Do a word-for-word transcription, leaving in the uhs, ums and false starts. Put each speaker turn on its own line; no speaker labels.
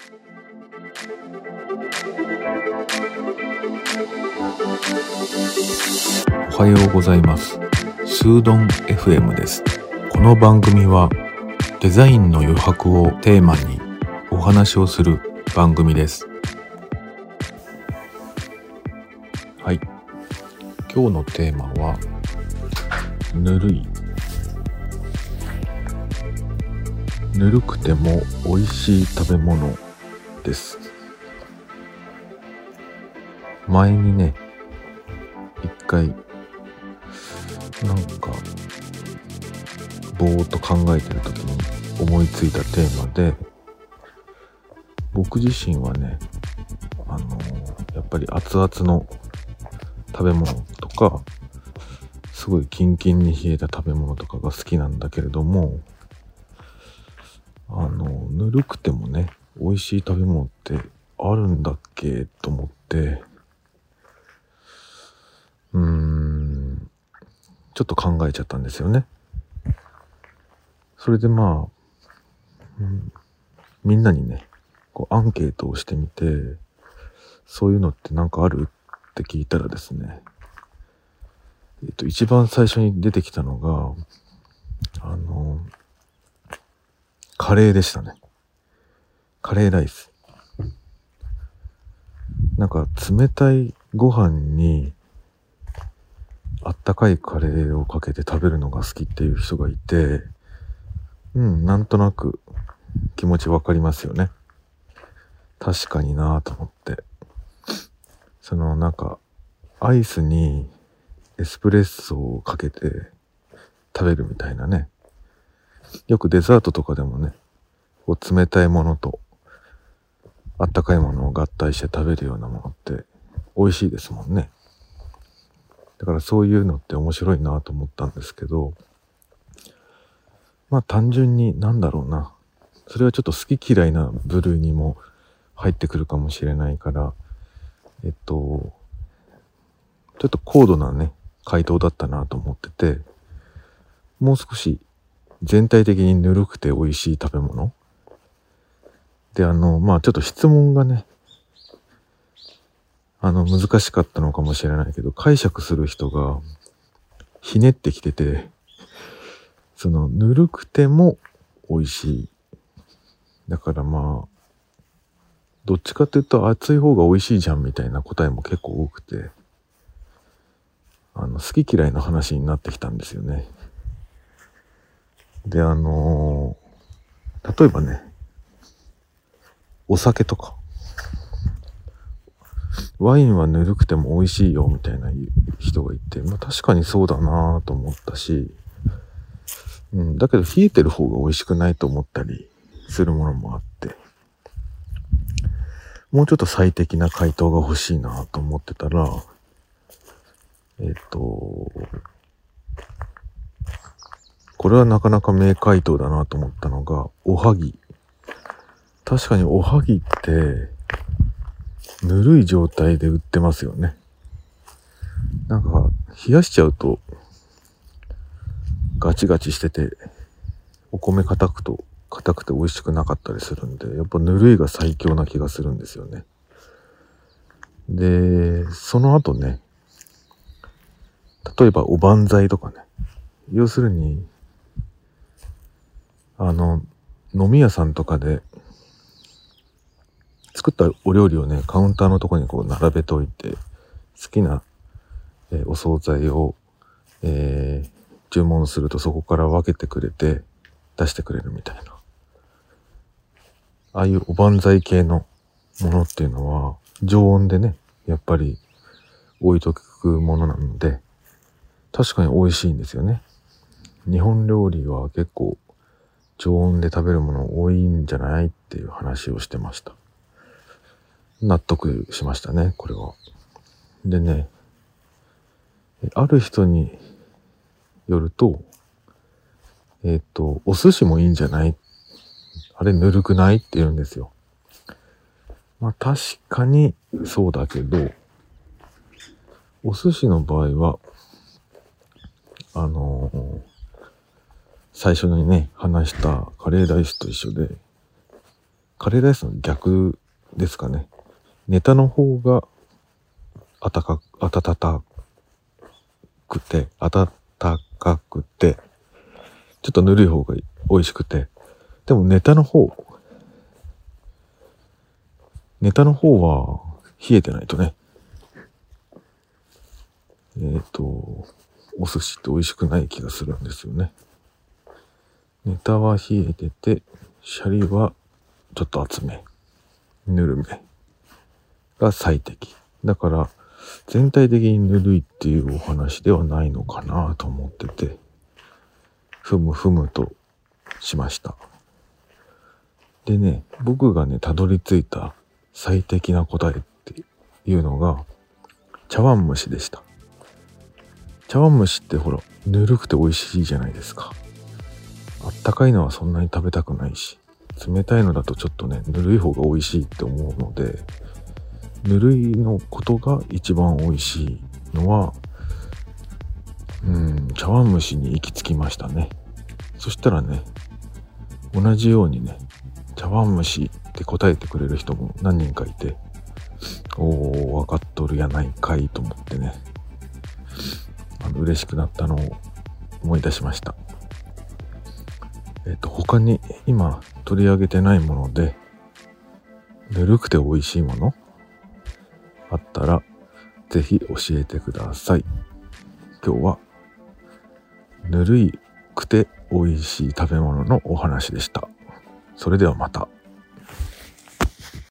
おはようございます。スードン エフエム です。この番組はデザインの余白をテーマにお話をする番組です。はい。今日のテーマはぬるい。ぬるくても美味しい食べ物です。前にね、一回なんかぼーっと考えてる時に思いついたテーマで、僕自身はね、あのー、やっぱり熱々の食べ物とか、すごいキンキンに冷えた食べ物とかが好きなんだけれども、あのぬるくてもね美味しい食べ物ってあるんだっけと思って、うーんちょっと考えちゃったんですよね。それでまあ、うん、みんなにねこうアンケートをしてみて、そういうのってなんかあるって聞いたらですね、えっと一番最初に出てきたのがあのカレーでしたね。カレーライス。なんか冷たいご飯にあったかいカレーをかけて食べるのが好きっていう人がいて、うん、なんとなく気持ちわかりますよね。確かになぁと思って。そのなんかアイスにエスプレッソをかけて食べるみたいなね。よくデザートとかでもね、こう冷たいものとあったかいものを合体して食べるようなものって美味しいですもんね。だからそういうのって面白いなと思ったんですけど、まあ単純になんだろうな、それはちょっと好き嫌いな部類にも入ってくるかもしれないから、えっとちょっと高度なね回答だったなと思ってて、もう少し全体的にぬるくて美味しい食べ物で、あのまあちょっと質問がねあの難しかったのかもしれないけど、解釈する人がひねってきてて、そのぬるくても美味しい、だからまあどっちかというと熱い方が美味しいじゃんみたいな答えも結構多くて、あの好き嫌いの話になってきたんですよね。で、あのー、例えばね、お酒とかワインはぬるくても美味しいよみたいな人がいて、まあ確かにそうだなと思ったし、うん、だけど冷えてる方が美味しくないと思ったりするものもあって、もうちょっと最適な回答が欲しいなと思ってたら、えっとこれはなかなか名回答だなと思ったのがおはぎ。確かにおはぎってぬるい状態で売ってますよね。なんか冷やしちゃうとガチガチしてて、お米硬くと硬くて美味しくなかったりするんで、やっぱぬるいが最強な気がするんですよね。で、その後ね、例えばおばんざいとかね、要するにあの飲み屋さんとかで作ったお料理をねカウンターのところにこう並べておいて、好きな、えー、お惣菜を、えー、注文するとそこから分けてくれて出してくれるみたいな、ああいうおばんざい系のものっていうのは常温でねやっぱり置いとくものなので、確かに美味しいんですよね。日本料理は結構常温で食べるもの多いんじゃないっていう話をしてました。納得しましたね、これは。でね、ある人によると、えっと、お寿司もいいんじゃない？あれぬるくないって言うんですよ。まあ確かにそうだけど、お寿司の場合は、あのー、最初にね、話したカレーライスと一緒で、 カレーライスの逆ですかね。ネタの方があたか、あたたたくて、あたたかくて、ちょっとぬるい方が美味しくて、でもネタの方、ネタの方は冷えてないとね、えっと、お寿司って美味しくない気がするんですよね。ネタは冷えてて、シャリはちょっと厚め、ぬるめが最適。だから、全体的にぬるいっていうお話ではないのかなと思ってて、ふむふむとしました。でね、僕がね、たどり着いた最適な答えっていうのが、茶碗蒸しでした。茶碗蒸しってほら、ぬるくて美味しいじゃないですか。あったかいのはそんなに食べたくないし、冷たいのだとちょっとね、ぬるい方が美味しいって思うので、ぬるいのことが一番美味しいのは、うん、茶碗蒸しに行き着きましたね。そしたらね、同じようにね、茶碗蒸しって答えてくれる人も何人かいて、おー、わかっとるやないかいと思ってね、あの嬉しくなったのを思い出しました。えっと、他に今取り上げてないもので、ぬるくて美味しいものあったら、ぜひ教えてください。今日は、ぬるいくて美味しい食べ物のお話でした。それではまた。